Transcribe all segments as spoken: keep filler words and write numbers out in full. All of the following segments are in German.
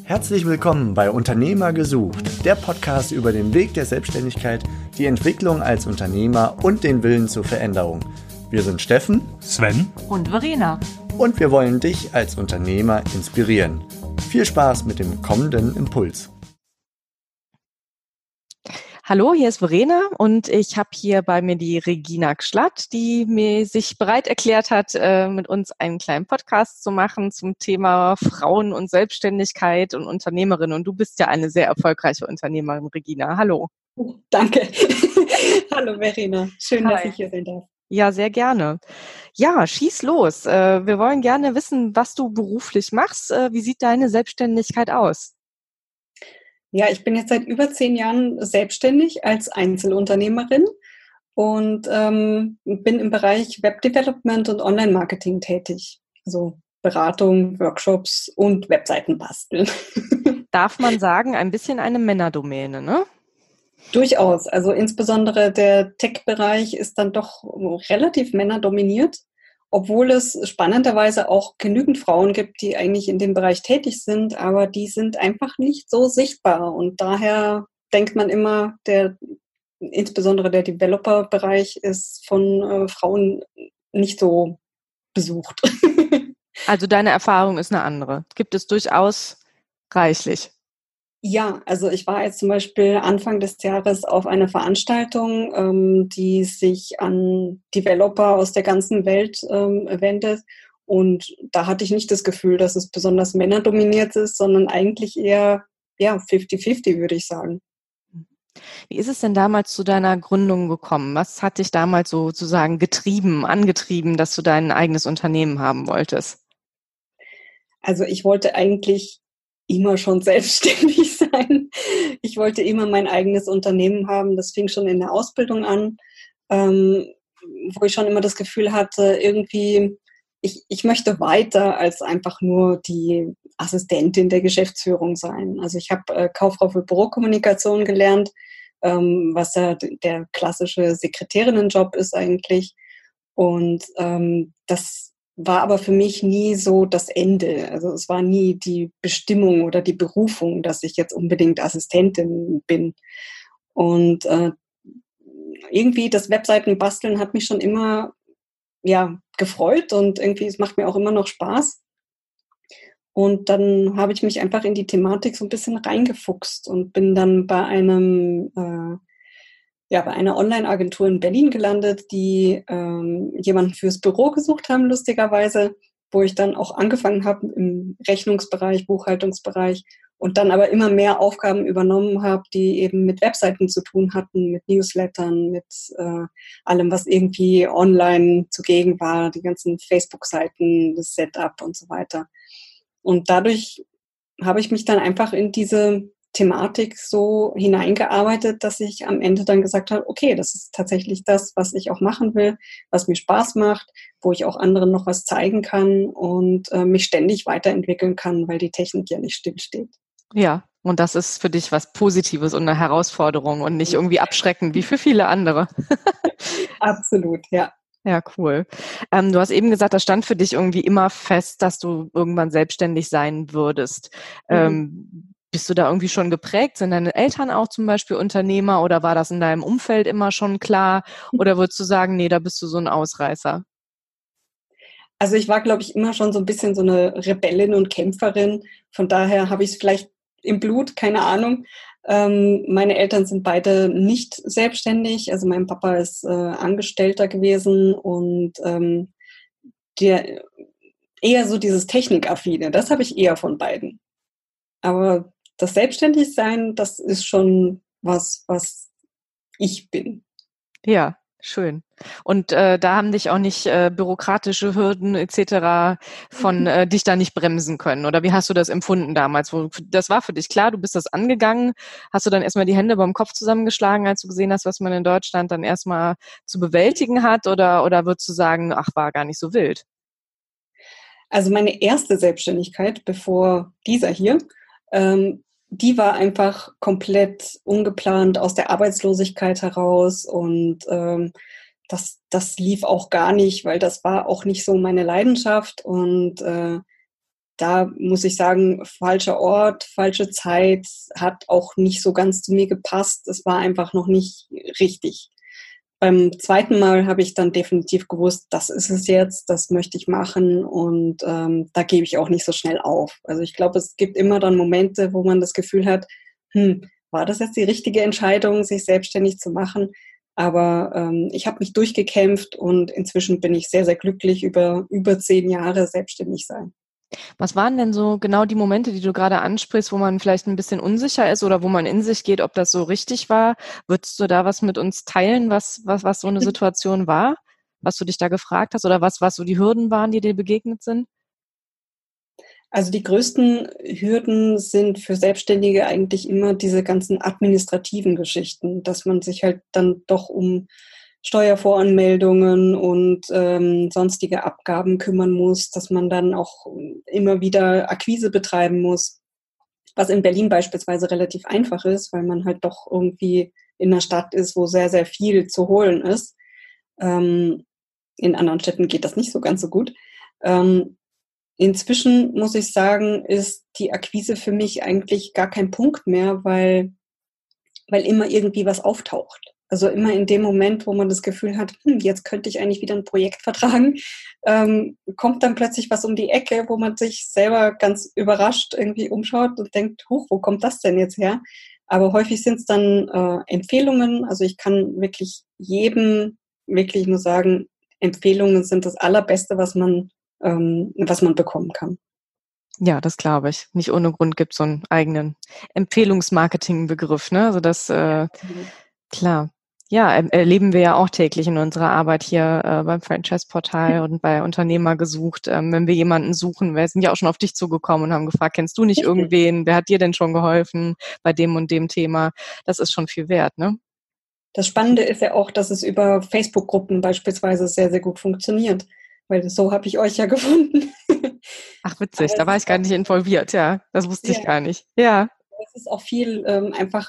Herzlich willkommen bei Unternehmer gesucht, der Podcast über den Weg der Selbstständigkeit, die Entwicklung als Unternehmer und den Willen zur Veränderung. Wir sind Steffen, Sven und Verena und wir wollen dich als Unternehmer inspirieren. Viel Spaß mit dem kommenden Impuls. Hallo, hier ist Verena und ich habe hier bei mir die Regina Gschlatt, die mir sich bereit erklärt hat, äh, mit uns einen kleinen Podcast zu machen zum Thema Frauen und Selbstständigkeit und Unternehmerin. Und du bist ja eine sehr erfolgreiche Unternehmerin, Regina. Hallo. Oh, danke. Hallo Verena, schön, Hi. Dass ich hier sein darf. Ja, sehr gerne. Ja, schieß los. Äh, wir wollen gerne wissen, was du beruflich machst. Äh, wie sieht deine Selbstständigkeit aus? Ja, ich bin jetzt seit über zehn Jahren selbstständig als Einzelunternehmerin und ähm, bin im Bereich Webdevelopment und Online-Marketing tätig. Also Beratung, Workshops und Webseiten basteln. Darf man sagen, ein bisschen eine Männerdomäne, ne? Durchaus. Also insbesondere der Tech-Bereich ist dann doch relativ männerdominiert, obwohl es spannenderweise auch genügend Frauen gibt, die eigentlich in dem Bereich tätig sind, aber die sind einfach nicht so sichtbar. Und daher denkt man immer, der, insbesondere der Developer-Bereich ist von äh, Frauen nicht so besucht. Also deine Erfahrung ist eine andere. Gibt es durchaus reichlich. Ja, also ich war jetzt zum Beispiel Anfang des Jahres auf einer Veranstaltung, ähm, die sich an Developer aus der ganzen Welt ähm, wendet. Und da hatte ich nicht das Gefühl, dass es besonders männerdominiert ist, sondern eigentlich eher ja, fifty fifty, würde ich sagen. Wie ist es denn damals zu deiner Gründung gekommen? Was hat dich damals sozusagen getrieben, angetrieben, dass du dein eigenes Unternehmen haben wolltest? Also ich wollte eigentlich immer schon selbstständig sein. Ich wollte immer mein eigenes Unternehmen haben. Das fing schon in der Ausbildung an, ähm, wo ich schon immer das Gefühl hatte, irgendwie, ich, ich möchte weiter als einfach nur die Assistentin der Geschäftsführung sein. Also ich habe äh, Kauffrau für Bürokommunikation gelernt, ähm, was ja der klassische Sekretärinnenjob ist eigentlich. Und ähm, das war aber für mich nie so das Ende. Also es war nie die Bestimmung oder die Berufung, dass ich jetzt unbedingt Assistentin bin. Und äh, irgendwie das Webseitenbasteln hat mich schon immer ja, gefreut und irgendwie es macht mir auch immer noch Spaß. Und dann habe ich mich einfach in die Thematik so ein bisschen reingefuchst und bin dann bei einem äh, ja, bei einer Online-Agentur in Berlin gelandet, die ähm, jemanden fürs Büro gesucht haben, lustigerweise, wo ich dann auch angefangen habe im Rechnungsbereich, Buchhaltungsbereich und dann aber immer mehr Aufgaben übernommen habe, die eben mit Webseiten zu tun hatten, mit Newslettern, mit äh, allem, was irgendwie online zugegen war, die ganzen Facebook-Seiten, das Setup und so weiter. Und dadurch habe ich mich dann einfach in diese Thematik so hineingearbeitet, dass ich am Ende dann gesagt habe, okay, das ist tatsächlich das, was ich auch machen will, was mir Spaß macht, wo ich auch anderen noch was zeigen kann und äh, mich ständig weiterentwickeln kann, weil die Technik ja nicht stillsteht. Ja, und das ist für dich was Positives und eine Herausforderung und nicht irgendwie abschreckend wie für viele andere. Absolut, ja. Ja, cool. Ähm, du hast eben gesagt, das stand für dich irgendwie immer fest, dass du irgendwann selbstständig sein würdest. Mhm. Ähm, bist du da irgendwie schon geprägt? Sind deine Eltern auch zum Beispiel Unternehmer oder war das in deinem Umfeld immer schon klar? Oder würdest du sagen, nee, da bist du so ein Ausreißer? Also ich war, glaube ich, immer schon so ein bisschen so eine Rebellin und Kämpferin. Von daher habe ich es vielleicht im Blut, keine Ahnung. Ähm, meine Eltern sind beide nicht selbstständig. Also mein Papa ist äh, Angestellter gewesen und ähm, der eher so dieses Technikaffine, das habe ich eher von beiden. Aber das Selbstständigsein, das ist schon was, was ich bin. Ja, schön. Und äh, da haben dich auch nicht äh, bürokratische Hürden et cetera von äh, dich da nicht bremsen können? Oder wie hast du das empfunden damals? Wo, das war für dich klar, du bist das angegangen. Hast du dann erstmal die Hände beim Kopf zusammengeschlagen, als du gesehen hast, was man in Deutschland dann erstmal zu bewältigen hat? Oder, oder würdest du sagen, ach, war gar nicht so wild? Also meine erste Selbstständigkeit, bevor dieser hier, ähm, die war einfach komplett ungeplant aus der Arbeitslosigkeit heraus und ähm, das, das lief auch gar nicht, weil das war auch nicht so meine Leidenschaft und äh, da muss ich sagen, falscher Ort, falsche Zeit, hat auch nicht so ganz zu mir gepasst. Es war einfach noch nicht richtig. Beim zweiten Mal habe ich dann definitiv gewusst, das ist es jetzt, das möchte ich machen und ähm, da gebe ich auch nicht so schnell auf. Also ich glaube, es gibt immer dann Momente, wo man das Gefühl hat, hm, war das jetzt die richtige Entscheidung, sich selbstständig zu machen? Aber ähm, ich habe mich durchgekämpft und inzwischen bin ich sehr, sehr glücklich über über zehn Jahre selbstständig sein. Was waren denn so genau die Momente, die du gerade ansprichst, wo man vielleicht ein bisschen unsicher ist oder wo man in sich geht, ob das so richtig war? Würdest du da was mit uns teilen, was, was, was so eine Situation war? Was du dich da gefragt hast oder was, was so die Hürden waren, die dir begegnet sind? Also die größten Hürden sind für Selbstständige eigentlich immer diese ganzen administrativen Geschichten, dass man sich halt dann doch um Steuervoranmeldungen und ähm, sonstige Abgaben kümmern muss, dass man dann auch immer wieder Akquise betreiben muss, was in Berlin beispielsweise relativ einfach ist, weil man halt doch irgendwie in einer Stadt ist, wo sehr, sehr viel zu holen ist. Ähm, in anderen Städten geht das nicht so ganz so gut. Ähm, Inzwischen muss ich sagen, ist die Akquise für mich eigentlich gar kein Punkt mehr, weil, weil immer irgendwie was auftaucht. Also immer in dem Moment, wo man das Gefühl hat, hm, jetzt könnte ich eigentlich wieder ein Projekt vertragen, ähm, kommt dann plötzlich was um die Ecke, wo man sich selber ganz überrascht irgendwie umschaut und denkt, huch, wo kommt das denn jetzt her? Aber häufig sind es dann äh, Empfehlungen. Also ich kann wirklich jedem, wirklich, ich muss sagen, Empfehlungen sind das Allerbeste, was man ähm, was man bekommen kann. Ja, das glaube ich. Nicht ohne Grund gibt es so einen eigenen Empfehlungsmarketing-Begriff, ne? Also das, äh, klar. Ja, er, erleben wir ja auch täglich in unserer Arbeit hier äh, beim Franchise-Portal und bei Unternehmer gesucht. Ähm, wenn wir jemanden suchen, wir sind ja auch schon auf dich zugekommen und haben gefragt, kennst du nicht Richtig. irgendwen? Wer hat dir denn schon geholfen bei dem und dem Thema? Das ist schon viel wert, ne? Das Spannende ist ja auch, dass es über Facebook-Gruppen beispielsweise sehr, sehr gut funktioniert. Weil so habe ich euch ja gefunden. Ach, witzig, da war ich gar nicht involviert, ja. Das wusste ich ja gar nicht. Ja. Es ist auch viel ähm, einfach,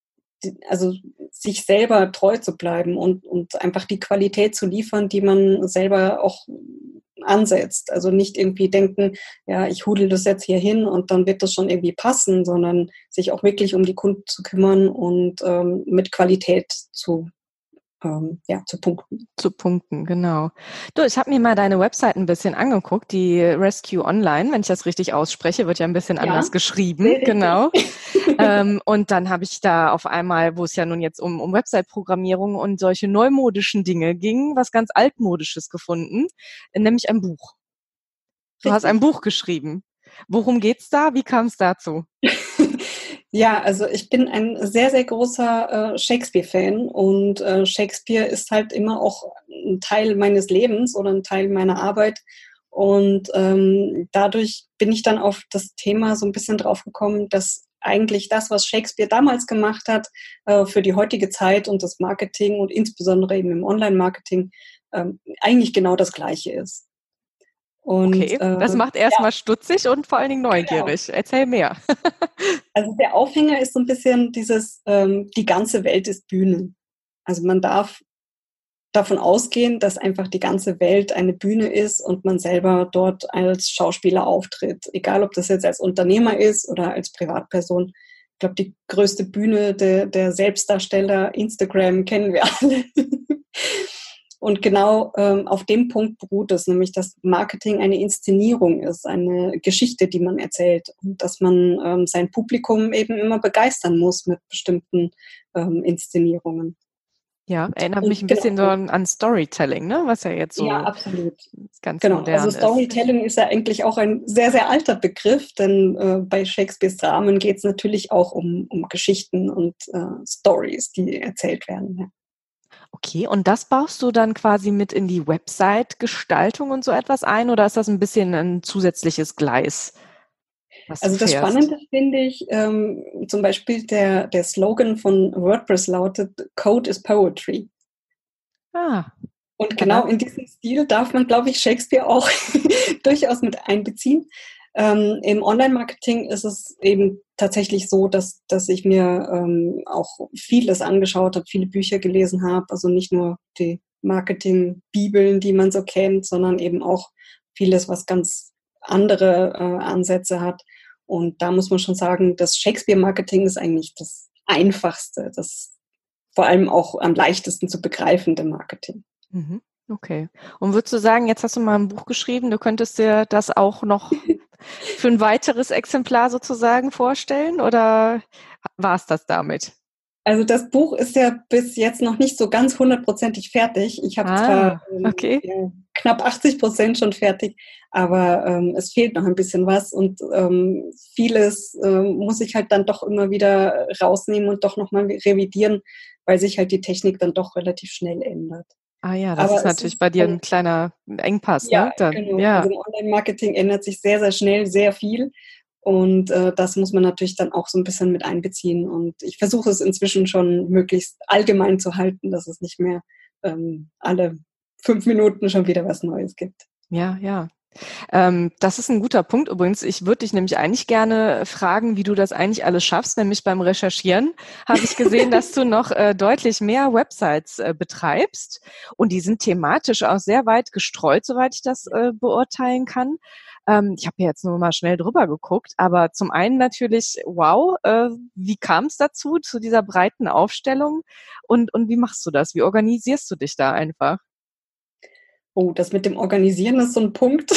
also sich selber treu zu bleiben und, und einfach die Qualität zu liefern, die man selber auch ansetzt. Also nicht irgendwie denken, ja, ich hudel das jetzt hier hin und dann wird das schon irgendwie passen, sondern sich auch wirklich um die Kunden zu kümmern und ähm, mit Qualität zu Ähm, ja, zu punkten. Zu punkten, genau. Du, ich habe mir mal deine Website ein bisschen angeguckt, die Rescue Online, wenn ich das richtig ausspreche, wird ja ein bisschen Ja, anders geschrieben, genau. ähm, und dann habe ich da auf einmal, wo es ja nun jetzt um, um Website-Programmierung und solche neumodischen Dinge ging, was ganz altmodisches gefunden, nämlich ein Buch. Du Richtig. hast ein Buch geschrieben. Worum geht's da? Wie kam es dazu? Ja, also ich bin ein sehr, sehr großer äh, Shakespeare-Fan und äh, Shakespeare ist halt immer auch ein Teil meines Lebens oder ein Teil meiner Arbeit. Und ähm, dadurch bin ich dann auf das Thema so ein bisschen draufgekommen, dass eigentlich das, was Shakespeare damals gemacht hat, äh, für die heutige Zeit und das Marketing und insbesondere eben im Online-Marketing ähm, eigentlich genau das Gleiche ist. Und, okay, äh, das macht erstmal ja, stutzig und vor allen Dingen neugierig. Genau. Erzähl mehr. Also der Aufhänger ist so ein bisschen dieses, ähm, die ganze Welt ist Bühne. Also man darf davon ausgehen, dass einfach die ganze Welt eine Bühne ist und man selber dort als Schauspieler auftritt. Egal, ob das jetzt als Unternehmer ist oder als Privatperson. Ich glaube, die größte Bühne der, der Selbstdarsteller, Instagram, kennen wir alle. Und genau ähm, auf dem Punkt beruht es, nämlich dass Marketing eine Inszenierung ist, eine Geschichte, die man erzählt und dass man ähm, sein Publikum eben immer begeistern muss mit bestimmten ähm, Inszenierungen. Ja, erinnert und mich ein genau. bisschen so an Storytelling, ne? Was ja jetzt so ja, absolut. ganz genau. modern also Storytelling ist. ist ja eigentlich auch ein sehr, sehr alter Begriff, denn äh, bei Shakespeares Dramen geht es natürlich auch um, um Geschichten und äh, Stories, die erzählt werden. Ja. Okay, und das baust du dann quasi mit in die Website-Gestaltung und so etwas ein oder ist das ein bisschen ein zusätzliches Gleis, was Also du das fährst? Spannende finde ich, ähm, zum Beispiel der, der Slogan von WordPress lautet, Code is Poetry. Ah, Und ja, genau dann. in diesem Stil darf man, glaube ich, Shakespeare auch durchaus mit einbeziehen. Ähm, Im Online-Marketing ist es eben tatsächlich so, dass, dass ich mir ähm, auch vieles angeschaut habe, viele Bücher gelesen habe. Also nicht nur die Marketing-Bibeln, die man so kennt, sondern eben auch vieles, was ganz andere äh, Ansätze hat. Und da muss man schon sagen, das Shakespeare-Marketing ist eigentlich das Einfachste, das vor allem auch am leichtesten zu begreifende Marketing. Mhm. Okay. Und würdest du sagen, jetzt hast du mal ein Buch geschrieben, du könntest dir das auch noch für ein weiteres Exemplar sozusagen vorstellen oder war es das damit? Also das Buch ist ja bis jetzt noch nicht so ganz hundertprozentig fertig. Ich habe zwar Ah, ähm, okay. ja, knapp achtzig Prozent schon fertig, aber ähm, es fehlt noch ein bisschen was und ähm, vieles ähm, muss ich halt dann doch immer wieder rausnehmen und doch nochmal revidieren, weil sich halt die Technik dann doch relativ schnell ändert. Ah ja, das ist Aber es natürlich ist bei dir ein, ein kleiner Engpass, ja, ne? Dann, genau. Also ja. im Online-Marketing ändert sich sehr, sehr schnell sehr viel. Und äh, das muss man natürlich dann auch so ein bisschen mit einbeziehen. Und ich versuche es inzwischen schon möglichst allgemein zu halten, dass es nicht mehr ähm, alle fünf Minuten schon wieder was Neues gibt. Ja, ja. Ähm, das ist ein guter Punkt übrigens. Ich würde dich nämlich eigentlich gerne fragen, wie du das eigentlich alles schaffst. Nämlich beim Recherchieren habe ich gesehen, dass du noch äh, deutlich mehr Websites äh, betreibst. Und die sind thematisch auch sehr weit gestreut, soweit ich das äh, beurteilen kann. Ähm, ich habe jetzt nur mal schnell drüber geguckt. Aber zum einen natürlich, wow, äh, wie kam es dazu, zu dieser breiten Aufstellung? Und, und wie machst du das? Wie organisierst du dich da einfach? Oh, das mit dem Organisieren ist so ein Punkt.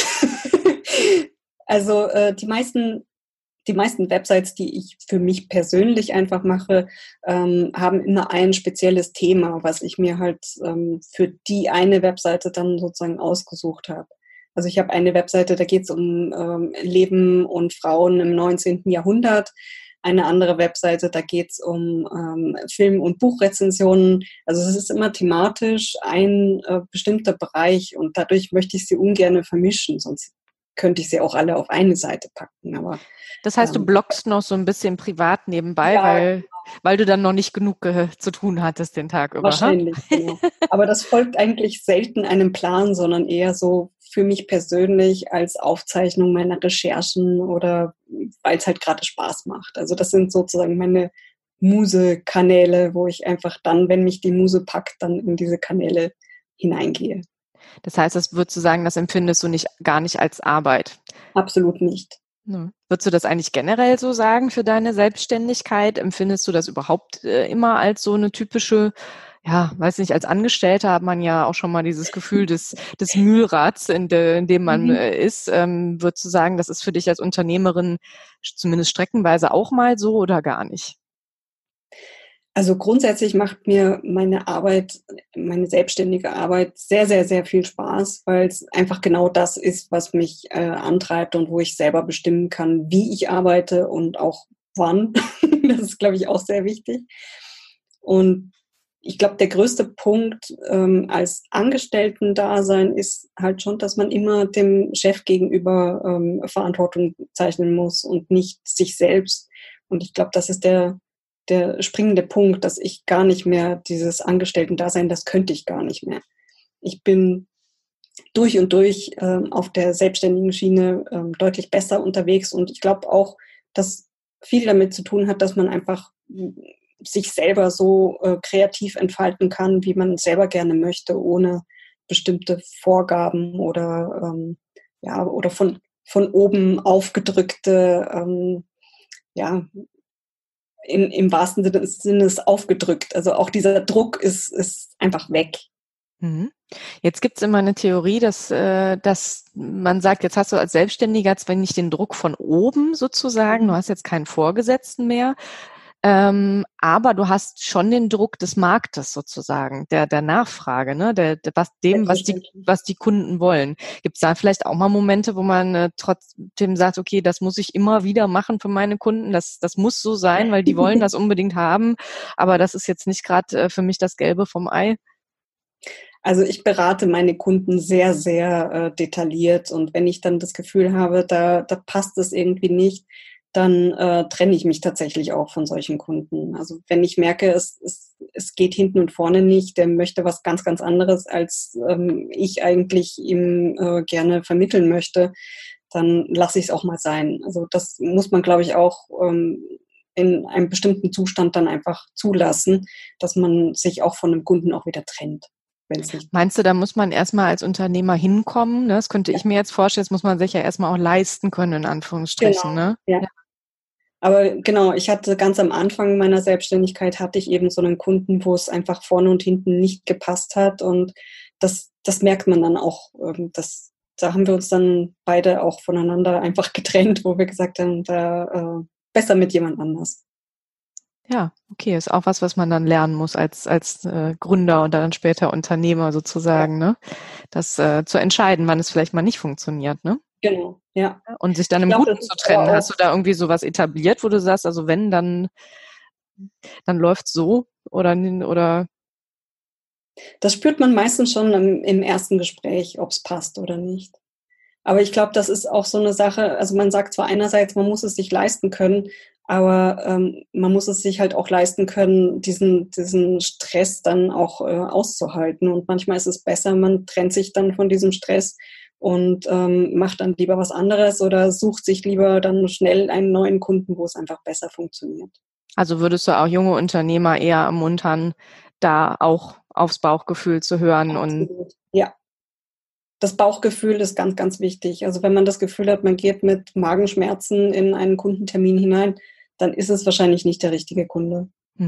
Also äh, die meisten Die meisten Websites, die ich für mich persönlich einfach mache, ähm, haben immer ein spezielles Thema, was ich mir halt ähm, für die eine Webseite dann sozusagen ausgesucht habe. Also ich habe eine Webseite, da geht es um ähm, Leben und Frauen im neunzehnten Jahrhundert. Eine andere Webseite, da geht es um ähm, Film- und Buchrezensionen. Also es ist immer thematisch ein äh, bestimmter Bereich und dadurch möchte ich sie ungern vermischen, sonst könnte ich sie auch alle auf eine Seite packen. Aber Das heißt, du ähm, bloggst noch so ein bisschen privat nebenbei, ja, weil, weil du dann noch nicht genug äh, zu tun hattest den Tag über, ha? wahrscheinlich, genau. Aber das folgt eigentlich selten einem Plan, sondern eher so für mich persönlich als Aufzeichnung meiner Recherchen oder weil es halt gerade Spaß macht. Also das sind sozusagen meine Muse-Kanäle, wo ich einfach dann, wenn mich die Muse packt, dann in diese Kanäle hineingehe. Das heißt, das würdest du sagen, das empfindest du nicht gar nicht als Arbeit. Absolut nicht. Ne. Würdest du das eigentlich generell so sagen für deine Selbstständigkeit? Empfindest du das überhaupt äh, immer als so eine typische, ja, weiß nicht, als Angestellter hat man ja auch schon mal dieses Gefühl des, des Mühlrads, in, de, in dem man Mhm. äh, ist. Ähm, würdest du sagen, das ist für dich als Unternehmerin zumindest streckenweise auch mal so oder gar nicht? Also grundsätzlich macht mir meine Arbeit, meine selbstständige Arbeit sehr, sehr, sehr viel Spaß, weil es einfach genau das ist, was mich äh, antreibt und wo ich selber bestimmen kann, wie ich arbeite und auch wann. Das ist, glaube ich, auch sehr wichtig. Und ich glaube, der größte Punkt ähm, als Angestellten-Dasein ist halt schon, dass man immer dem Chef gegenüber ähm, Verantwortung zeichnen muss und nicht sich selbst. Und ich glaube, das ist der der springende Punkt, dass ich gar nicht mehr dieses Angestellten-Dasein, das könnte ich gar nicht mehr. Ich bin durch und durch ähm, auf der selbstständigen Schiene ähm, deutlich besser unterwegs und ich glaube auch, dass viel damit zu tun hat, dass man einfach sich selber so äh, kreativ entfalten kann, wie man selber gerne möchte, ohne bestimmte Vorgaben oder ähm, ja oder von von oben aufgedrückte ähm, ja in, im wahrsten Sinne des Sinnes aufgedrückt. Also auch dieser Druck ist, ist einfach weg. Mhm. Jetzt gibt es immer eine Theorie, dass, äh, dass man sagt, jetzt hast du als Selbstständiger zwar nicht den Druck von oben sozusagen, du hast jetzt keinen Vorgesetzten mehr, ähm, aber du hast schon den Druck des Marktes sozusagen, der, der Nachfrage, ne, der, der, was, dem, was die, was die Kunden wollen. Gibt es da vielleicht auch mal Momente, wo man äh, trotzdem sagt, okay, das muss ich immer wieder machen für meine Kunden, das, das muss so sein, weil die wollen das unbedingt haben, aber das ist jetzt nicht gerade äh, für mich das Gelbe vom Ei? Also ich berate meine Kunden sehr, sehr äh, detailliert und wenn ich dann das Gefühl habe, da, da passt es irgendwie nicht, dann äh, trenne ich mich tatsächlich auch von solchen Kunden. Also wenn ich merke, es, es, es geht hinten und vorne nicht, der möchte was ganz, ganz anderes, als ähm, ich eigentlich ihm äh, gerne vermitteln möchte, dann lasse ich es auch mal sein. Also das muss man, glaube ich, auch ähm, in einem bestimmten Zustand dann einfach zulassen, dass man sich auch von einem Kunden auch wieder trennt. wenn es nicht. Meinst du, da muss man erstmal als Unternehmer hinkommen? Ne? Das könnte ja. ich mir jetzt vorstellen, das muss man sich ja erstmal auch leisten können, in Anführungsstrichen. Genau, ne? ja. ja. Aber genau, ich hatte ganz am Anfang meiner Selbstständigkeit hatte ich eben so einen Kunden, wo es einfach vorne und hinten nicht gepasst hat. Und das, das merkt man dann auch. Das, da haben wir uns dann beide auch voneinander einfach getrennt, wo wir gesagt haben, da äh, besser mit jemand anders. Ja, okay, ist auch was, was man dann lernen muss als als äh, Gründer und dann später Unternehmer sozusagen, ja. ne? Das äh, zu entscheiden, wann es vielleicht mal nicht funktioniert, ne? Genau, ja. Und sich dann im glaub, Guten zu trennen. Hast du da irgendwie sowas etabliert, wo du sagst, also wenn, dann dann läuft's so oder oder? Das spürt man meistens schon im, im ersten Gespräch, ob es passt oder nicht. Aber ich glaube, das ist auch so eine Sache, also man sagt zwar einerseits, man muss es sich leisten können, aber ähm, man muss es sich halt auch leisten können, diesen, diesen Stress dann auch äh, auszuhalten. Und manchmal ist es besser, man trennt sich dann von diesem Stress und ähm, macht dann lieber was anderes oder sucht sich lieber dann schnell einen neuen Kunden, wo es einfach besser funktioniert. Also würdest du auch junge Unternehmer eher ermuntern, da auch aufs Bauchgefühl zu hören? Absolut. Und ja. Das Bauchgefühl ist ganz, ganz wichtig. Also wenn man das Gefühl hat, man geht mit Magenschmerzen in einen Kundentermin hinein, dann ist es wahrscheinlich nicht der richtige Kunde.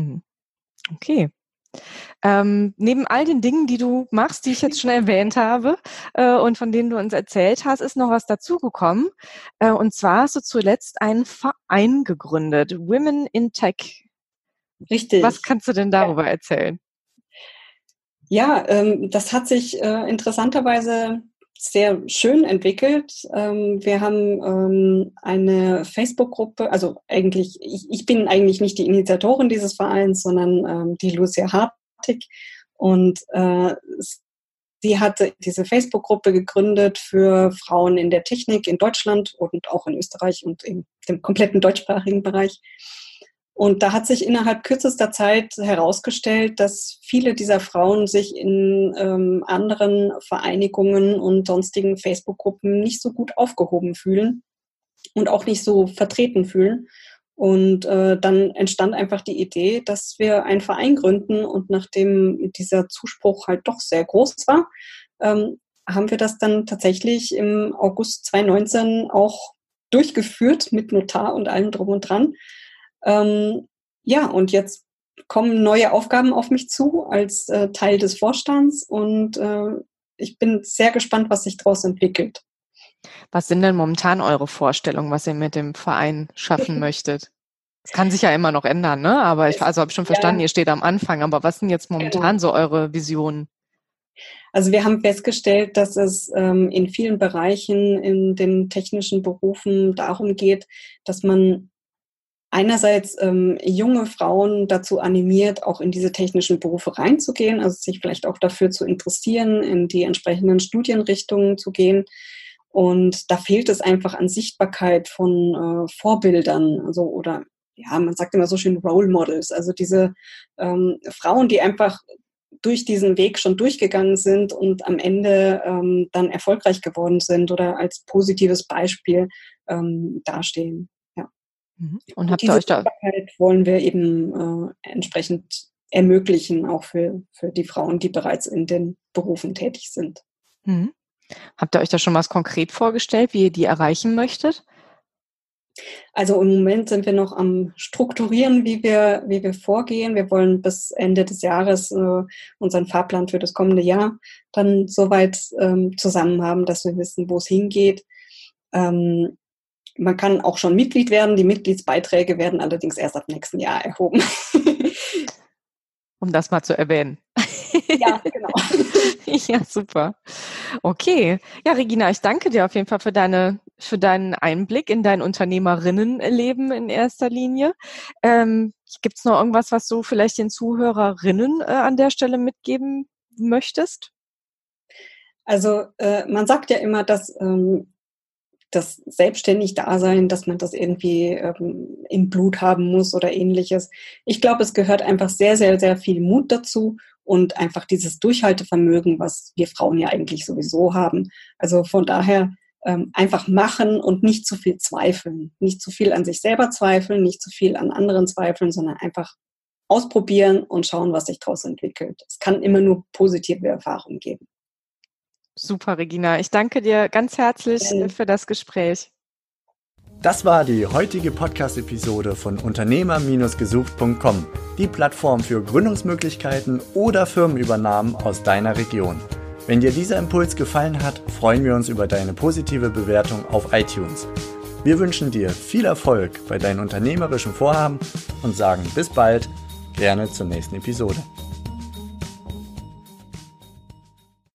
Okay. Ähm, neben all den Dingen, die du machst, die ich jetzt schon erwähnt habe äh, und von denen du uns erzählt hast, ist noch was dazugekommen. Äh, und zwar hast du zuletzt einen Verein gegründet, Women in Tech. Richtig. Was kannst du denn darüber ja. erzählen? Ja, ähm, das hat sich äh, interessanterweise sehr schön entwickelt. Ähm, wir haben ähm, eine Facebook-Gruppe, also eigentlich, ich, ich bin eigentlich nicht die Initiatorin dieses Vereins, sondern ähm, die Lucia Hartig. Und äh, sie hatte diese Facebook-Gruppe gegründet für Frauen in der Technik in Deutschland und auch in Österreich und in dem kompletten deutschsprachigen Bereich. Und da hat sich innerhalb kürzester Zeit herausgestellt, dass viele dieser Frauen sich in ähm, anderen Vereinigungen und sonstigen Facebook-Gruppen nicht so gut aufgehoben fühlen und auch nicht so vertreten fühlen. Und äh, dann entstand einfach die Idee, dass wir einen Verein gründen. Und nachdem dieser Zuspruch halt doch sehr groß war, ähm, haben wir das dann tatsächlich im August zwanzig neunzehn auch durchgeführt mit Notar und allem drum und dran. Ähm, ja, und jetzt kommen neue Aufgaben auf mich zu als äh, Teil des Vorstands und äh, ich bin sehr gespannt, was sich daraus entwickelt. Was sind denn momentan eure Vorstellungen, was ihr mit dem Verein schaffen möchtet? Das kann sich ja immer noch ändern, ne? Aber ich also habe schon verstanden, ja. Ihr steht am Anfang, aber was sind jetzt momentan genau. so eure Visionen? Also wir haben festgestellt, dass es ähm, in vielen Bereichen in den technischen Berufen darum geht, dass man einerseits ähm, junge Frauen dazu animiert, auch in diese technischen Berufe reinzugehen, also sich vielleicht auch dafür zu interessieren, in die entsprechenden Studienrichtungen zu gehen. Und da fehlt es einfach an Sichtbarkeit von äh, Vorbildern, also oder ja, man sagt immer so schön Role Models, also diese ähm, Frauen, die einfach durch diesen Weg schon durchgegangen sind und am Ende ähm, dann erfolgreich geworden sind oder als positives Beispiel ähm, dastehen. Und, und habt diese ihr euch da Sichtbarkeit wollen wir eben äh, entsprechend ermöglichen, auch für, für die Frauen, die bereits in den Berufen tätig sind. Mhm. Habt ihr euch da schon was konkret vorgestellt, wie ihr die erreichen möchtet? Also im Moment sind wir noch am Strukturieren, wie wir, wie wir vorgehen. Wir wollen bis Ende des Jahres äh, unseren Fahrplan für das kommende Jahr dann soweit ähm, zusammen haben, dass wir wissen, wo es hingeht. Ähm, Man kann auch schon Mitglied werden. Die Mitgliedsbeiträge werden allerdings erst ab nächsten Jahr erhoben. Um das mal zu erwähnen. Ja, genau. Ja, super. Okay. Ja, Regina, ich danke dir auf jeden Fall für deine, für deinen Einblick in dein Unternehmerinnenleben in erster Linie. Ähm, gibt es noch irgendwas, was du vielleicht den Zuhörerinnen äh, an der Stelle mitgeben möchtest? Also äh, man sagt ja immer, dass ähm, das selbstständig Dasein, dass man das irgendwie ähm, im Blut haben muss oder ähnliches. Ich glaube, es gehört einfach sehr, sehr, sehr viel Mut dazu und einfach dieses Durchhaltevermögen, was wir Frauen ja eigentlich sowieso haben. Also von daher ähm, einfach machen und nicht zu viel zweifeln. Nicht zu viel an sich selber zweifeln, nicht zu viel an anderen zweifeln, sondern einfach ausprobieren und schauen, was sich daraus entwickelt. Es kann immer nur positive Erfahrungen geben. Super, Regina. Ich danke dir ganz herzlich Gerne. für das Gespräch. Das war die heutige Podcast-Episode von Unternehmer gesucht punkt com, die Plattform für Gründungsmöglichkeiten oder Firmenübernahmen aus deiner Region. Wenn dir dieser Impuls gefallen hat, freuen wir uns über deine positive Bewertung auf iTunes. Wir wünschen dir viel Erfolg bei deinen unternehmerischen Vorhaben und sagen bis bald, gerne zur nächsten Episode.